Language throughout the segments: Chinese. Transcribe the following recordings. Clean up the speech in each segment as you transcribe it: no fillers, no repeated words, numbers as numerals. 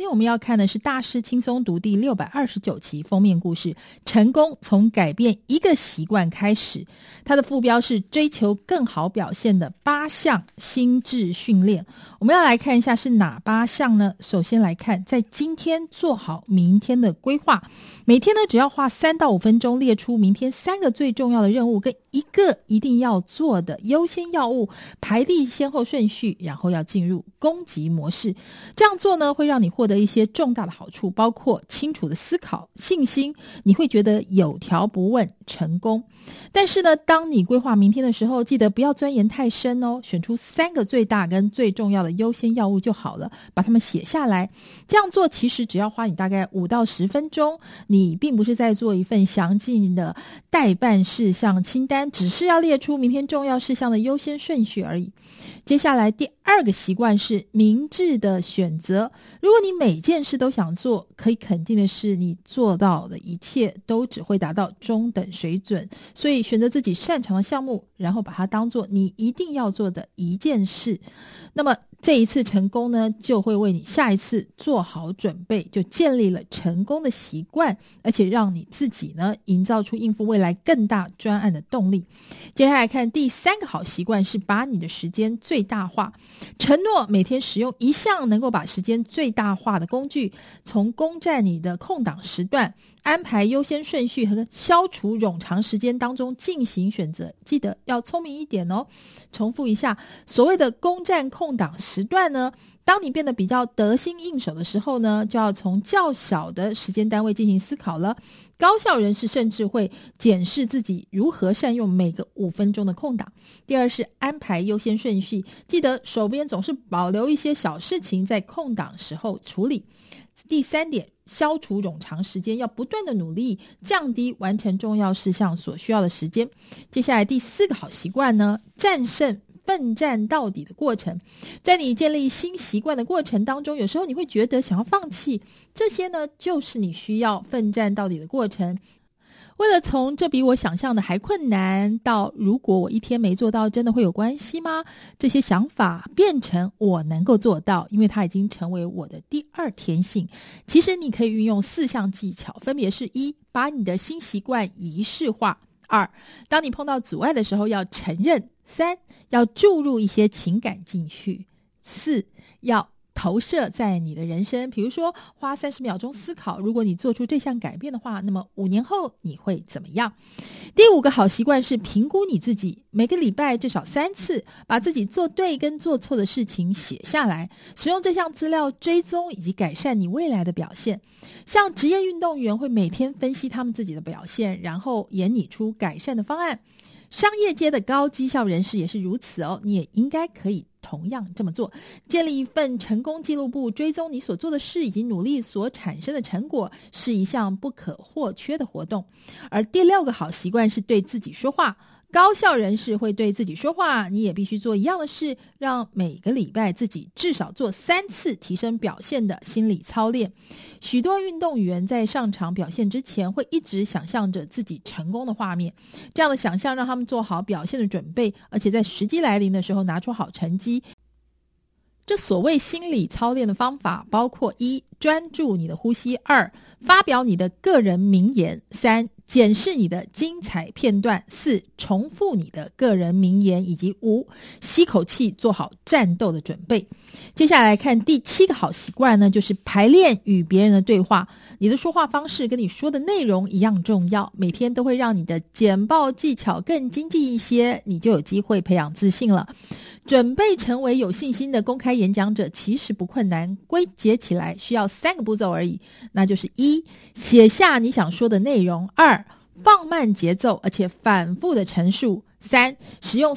天我们要看的是大师轻松读第629期封面故事，成功从改变一个习惯开始。它的副标是追求更好表现的8项心智训练。我们要来看一下是哪8项呢？首先来看，在今天做好明天的规划。每天呢，只要花3到5分钟列出明天3个最重要的任务跟1个一定要做的优先要务，排列先后顺序，然后要进入攻击模式。这样做呢，会让你获得一些重大的好处，包括清楚的思考、信心，你会觉得有条不紊、成功。但是呢，当你规划明天的时候，记得不要钻研太深哦，选出3个最大跟最重要的优先要务就好了，把它们写下来。这样做其实只要花你大概5到10分钟，你并不是在做一份详尽的待办事项清单，只是要列出明天重要事项的优先顺序而已。接下来第2个习惯是明智的选择。如果你每件事都想做，可以肯定的是你做到的一切都只会达到中等水准，所以选择自己擅长的项目，然后把它当做你一定要做的一件事。那么这一次成功呢，就会为你下一次做好准备，就建立了成功的习惯，而且让你自己呢营造出应付未来更大专案的动力。接下来看第3个好习惯是把你的时间最大化。承诺每天使用1项能够把时间最大化的工具，从攻占你的空档时段、安排优先顺序和消除冗长时间当中进行选择。记得要聪明一点哦。重复一下，所谓的攻占空档时段呢，当你变得比较得心应手的时候呢，就要从较小的时间单位进行思考了。高效人士甚至会检视自己如何善用每个5分钟的空档。第2是安排优先顺序，记得手边总是保留一些小事情在空档时候处理。第3点，消除冗长时间，要不断的努力降低完成重要事项所需要的时间。接下来第4个好习惯呢，战胜奋战到底的过程。在你建立新习惯的过程当中，有时候你会觉得想要放弃，这些呢就是你需要奋战到底的过程。为了从这比我想象的还困难到如果我一天没做到真的会有关系吗，这些想法变成我能够做到，因为它已经成为我的第2天性。其实你可以运用4项技巧，分别是1，把你的新习惯仪式化； 2，当你碰到阻碍的时候要承认； 3，要注入一些情感进去； 4，要投射在你的人生，比如说花30秒钟思考，如果你做出这项改变的话，那么5年后你会怎么样？第5个好习惯是评估你自己，每个礼拜至少3次把自己做对跟做错的事情写下来，使用这项资料追踪以及改善你未来的表现。像职业运动员会每天分析他们自己的表现，然后研拟出改善的方案。商业界的高绩效人士也是如此哦，你也应该可以同样这么做，建立一份成功记录簿，追踪你所做的事以及努力所产生的成果，是一项不可或缺的活动。而第6个好习惯是对自己说话。高效人士会对自己说话，你也必须做一样的事，让每个礼拜自己至少做3次提升表现的心理操练。许多运动员在上场表现之前会一直想象着自己成功的画面，这样的想象让他们做好表现的准备，而且在时机来临的时候拿出好成绩。这所谓心理操练的方法包括1，专注你的呼吸； 2，发表你的个人名言； 3，检视你的精彩片段； 4，重复你的个人名言；以及5，吸口气，做好战斗的准备。接下来看第7个好习惯呢，就是排练与别人的对话。你的说话方式跟你说的内容一样重要，每天都会让你的简报技巧更精进一些，你就有机会培养自信了。准备成为有信心的公开演讲者其实不困难，归结起来需要3个步骤而已，那就是1，写下你想说的内容； 2，放慢节奏而且反复的陈述； 3，使用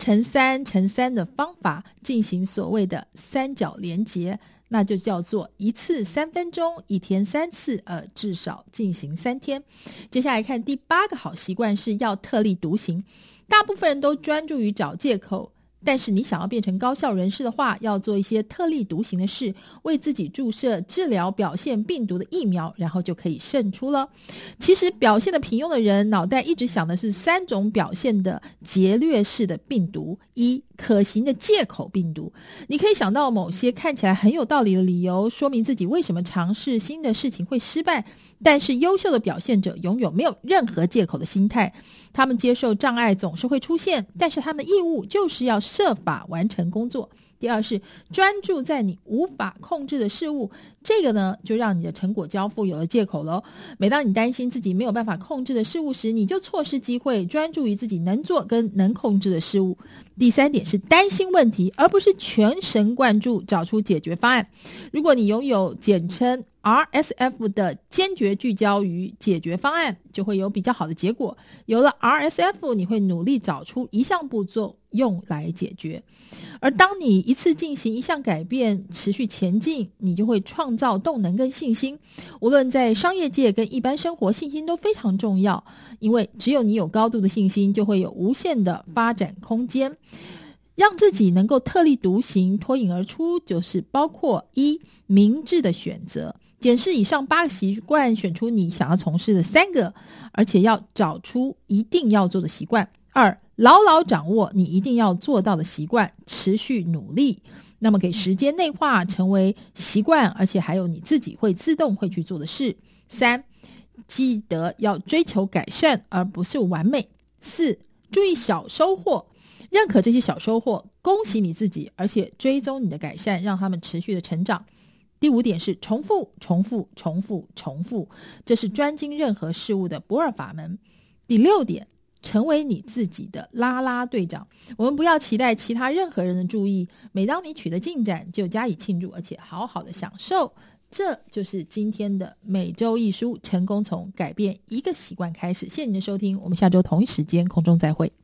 3×3×3的方法进行所谓的3角连结，那就叫做1次3分钟，1天3次，至少进行3天。接下来看第8个好习惯是要特立独行。大部分人都专注于找借口，但是你想要变成高效人士的话，要做一些特立独行的事，为自己注射治疗表现病毒的疫苗，然后就可以胜出了。其实表现的平庸的人脑袋一直想的是3种表现的劫掠式的病毒：1， 可行的借口病毒。你可以想到某些看起来很有道理的理由，说明自己为什么尝试新的事情会失败，但是优秀的表现者拥有没有任何借口的心态，他们接受障碍总是会出现，但是他们的义务就是要设法完成工作。第二是专注在你无法控制的事物，这个呢就让你的成果交付有了借口咯。每当你担心自己没有办法控制的事物时，你就错失机会，专注于自己能做跟能控制的事物。第三点是担心问题，而不是全神贯注找出解决方案。如果你拥有简称RSF 的坚决聚焦于解决方案，就会有比较好的结果。有了 RSF， 你会努力找出一项步骤用来解决。而当你一次进行一项改变，持续前进，你就会创造动能跟信心。无论在商业界跟一般生活，信心都非常重要，因为只有你有高度的信心，就会有无限的发展空间。让自己能够特立独行，脱颖而出，就是包括一，明智的选择，检视以上8个习惯，选出你想要从事的3个，而且要找出一定要做的习惯。2，牢牢掌握你一定要做到的习惯，持续努力，那么给时间内化成为习惯，而且还有你自己会自动会去做的事。3，记得要追求改善而不是完美。4，注意小收获，认可这些小收获，恭喜你自己，而且追踪你的改善，让他们持续的成长。第5点是重复重复重复重复，这是专精任何事物的不二法门。第6点，成为你自己的啦啦队长。我们不要期待其他任何人的注意，每当你取得进展就加以庆祝，而且好好的享受。这就是今天的每周一书，成功从改变一个习惯开始。谢谢你的收听，我们下周同一时间空中再会。